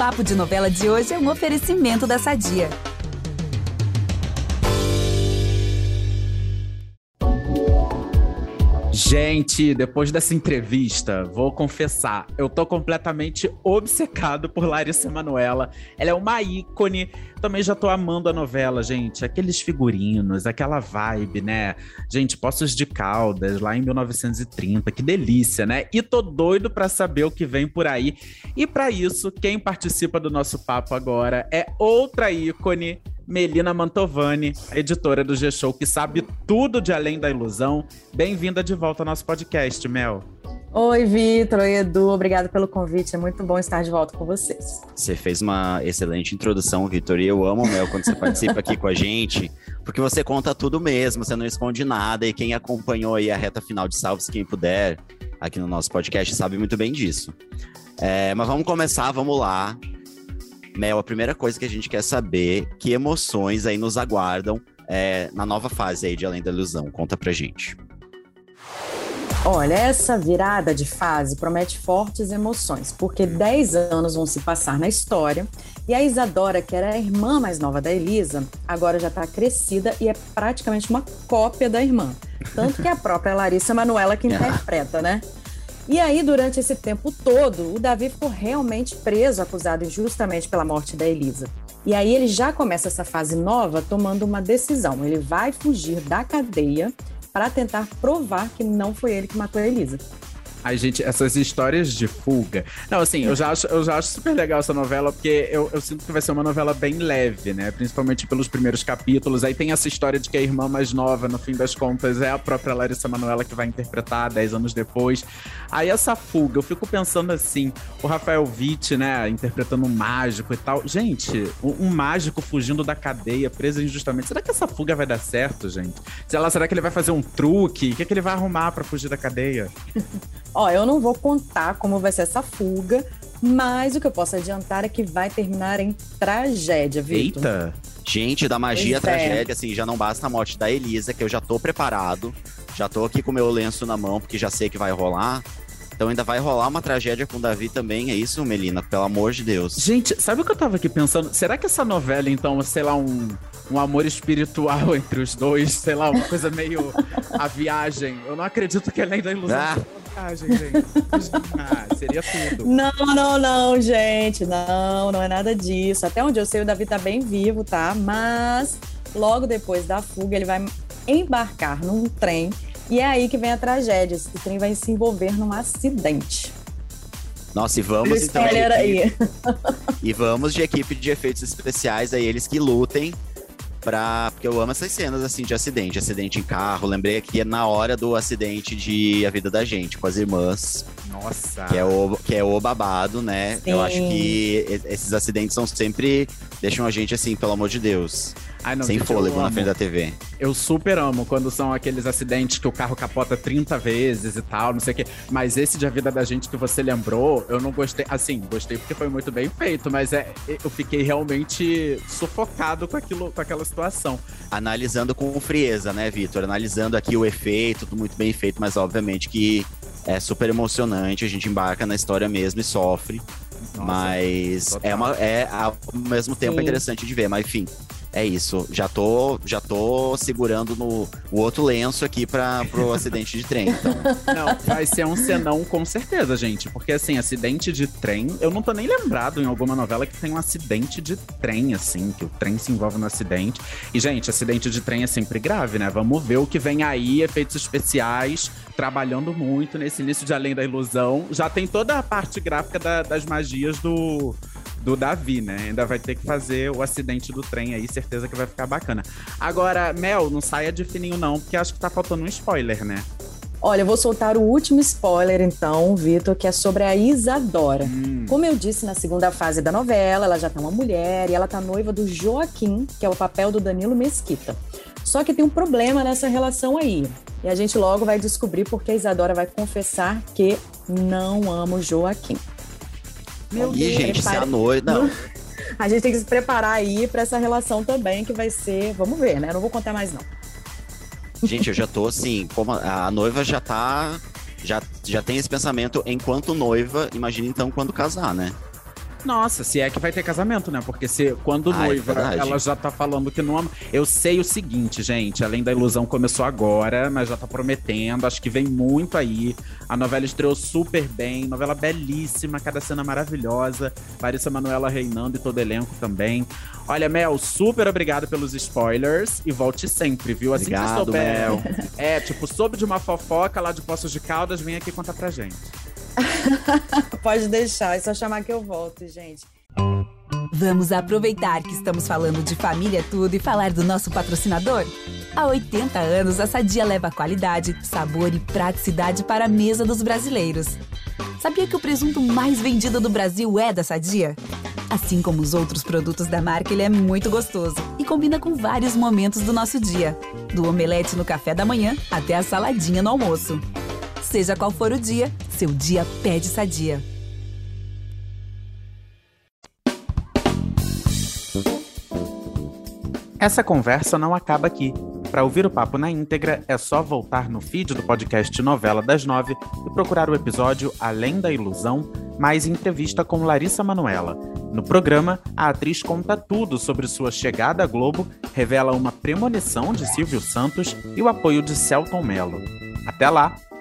Papo de Novela de hoje é um oferecimento da Sadia. Gente, depois dessa entrevista, vou confessar, eu tô completamente obcecado por Larissa Manoela. Ela é uma ícone. Também já tô amando a novela, gente. Aqueles figurinos, aquela vibe, né? Gente, Poços de Caldas, lá em 1930, que delícia, né? E tô doido pra saber o que vem por aí. E pra isso, quem participa do nosso papo agora é outra ícone, Melina Mantovani, a editora do G-Show, que sabe tudo de Além da Ilusão. Bem-vinda de volta ao nosso podcast, Mel. Oi, Vitor, oi, Edu, obrigado pelo convite, é muito bom estar de volta com vocês. Você fez uma excelente introdução, Vitor, e eu amo, Mel, quando você participa aqui com a gente, porque você conta tudo mesmo, você não esconde nada, e quem acompanhou aí a reta final de Salve-se Quem Puder, aqui no nosso podcast, sabe muito bem disso. Mas vamos começar, vamos lá. Mel, a primeira coisa que a gente quer saber, que emoções aí nos aguardam na nova fase aí de Além da Ilusão? Conta pra gente. Olha, essa virada de fase promete fortes emoções, porque 10 anos vão se passar na história, e a Isadora, que era a irmã mais nova da Elisa, agora já está crescida e é praticamente uma cópia da irmã. Tanto que é a própria Larissa Manoela que interpreta, né? E aí, durante esse tempo todo, o Davi ficou realmente preso, acusado injustamente pela morte da Elisa. E aí ele já começa essa fase nova tomando uma decisão. Ele vai fugir da cadeia para tentar provar que não foi ele que matou a Elisa. Ai, gente, essas histórias de fuga... Não, assim, eu já acho super legal essa novela, porque eu sinto que vai ser uma novela bem leve, né? Principalmente pelos primeiros capítulos. Aí tem essa história de que a irmã mais nova, no fim das contas, é a própria Larissa Manoela que vai interpretar 10 anos depois. Aí essa fuga, eu fico pensando assim, o Rafael Witt, né, interpretando um mágico e tal. Gente, um mágico fugindo da cadeia, preso injustamente. Será que essa fuga vai dar certo, gente? Será que ele vai fazer um truque? O que ele vai arrumar pra fugir da cadeia? Ó, eu não vou contar como vai ser essa fuga, mas o que eu posso adiantar é que vai terminar em tragédia, Vitor. Eita! Gente, da magia à tragédia, assim, já não basta a morte da Elisa, que eu já tô preparado, já tô aqui com o meu lenço na mão, porque já sei que vai rolar. Então ainda vai rolar uma tragédia com o Davi também, é isso, Melina? Pelo amor de Deus. Gente, sabe o que eu tava aqui pensando? Será que essa novela, então, sei lá, um amor espiritual entre os dois, sei lá, uma coisa meio a viagem? Eu não acredito que Além da Ilusão seja uma viagem, gente. Seria tudo. Não, gente, não é nada disso. Até onde eu sei, o Davi tá bem vivo, tá? Mas logo depois da fuga, ele vai embarcar num trem. E é aí que vem a tragédia. Esse trem vai se envolver num acidente. Nossa, e vamos então e vamos de equipe de efeitos especiais aí, eles que lutem porque eu amo essas cenas assim de acidente em carro. Lembrei aqui na hora do acidente de A Vida da Gente com as irmãs. Nossa! Que é o babado, né? Sim. Eu acho que esses acidentes são sempre deixam a gente assim, pelo amor de Deus. Ai, não, sem gente, fôlego na frente da TV. Eu super amo quando são aqueles acidentes que o carro capota 30 vezes e tal, não sei o quê. Mas esse de A Vida da Gente que você lembrou, eu não gostei. Assim, gostei porque foi muito bem feito, mas eu fiquei realmente sufocado com aquela situação. Analisando com frieza, né, Vitor? Analisando aqui o efeito, tudo muito bem feito, mas obviamente que é super emocionante, a gente embarca na história mesmo e sofre. Nossa, mas total. Ao mesmo tempo é interessante de ver, mas enfim. É isso, já tô segurando o outro lenço aqui pro acidente de trem, então. Não, vai ser um cenão com certeza, gente, porque assim, acidente de trem, eu não tô nem lembrado em alguma novela que tem um acidente de trem, assim, que o trem se envolve no acidente. E, gente, acidente de trem é sempre grave, né? Vamos ver o que vem aí, efeitos especiais, trabalhando muito nesse início de Além da Ilusão. Já tem toda a parte gráfica das magias do Davi, né? Ainda vai ter que fazer o acidente do trem aí, certeza que vai ficar bacana. Agora, Mel, não saia de fininho não, porque acho que tá faltando um spoiler, né? Olha, eu vou soltar o último spoiler então, Vitor, que é sobre a Isadora. Como eu disse na segunda fase da novela, ela já tá uma mulher e ela tá noiva do Joaquim, que é o papel do Danilo Mesquita. Só que tem um problema nessa relação aí. E a gente logo vai descobrir porque a Isadora vai confessar que não ama o Joaquim. Meu Deus, gente, se a noiva... Não. A gente tem que se preparar aí pra essa relação também, que vai ser... Vamos ver, né? Eu não vou contar mais, não. Gente, eu já tô assim... Como a noiva já tá... Já tem esse pensamento enquanto noiva. Imagina então quando casar, né? Nossa, se é que vai ter casamento, né? Porque quando noiva, ela já tá falando que não ama. Eu sei o seguinte, gente, Além da Ilusão começou agora, mas já tá prometendo, acho que vem muito aí. A novela estreou super bem, novela belíssima, cada cena maravilhosa. Larissa Manoela reinando e todo elenco também. Olha, Mel, super obrigado pelos spoilers e volte sempre, viu? Assim obrigado, que souber. Mel. Soube de uma fofoca lá de Poços de Caldas, vem aqui contar pra gente. Pode deixar, é só chamar que eu volto, gente. Vamos aproveitar que estamos falando de família tudo e falar do nosso patrocinador? Há 80 anos, a Sadia leva qualidade, sabor e praticidade para a mesa dos brasileiros. Sabia que o presunto mais vendido do Brasil é da Sadia? Assim como os outros produtos da marca, ele é muito gostoso e combina com vários momentos do nosso dia. Do omelete no café da manhã até a saladinha no almoço. Seja qual for o dia, seu dia pede Sadia. Essa conversa não acaba aqui. Para ouvir o papo na íntegra, é só voltar no feed do podcast Novela das 9 e procurar o episódio Além da Ilusão, mais entrevista com Larissa Manoela. No programa, a atriz conta tudo sobre sua chegada à Globo, revela uma premonição de Silvio Santos e o apoio de Selton Mello. Até lá!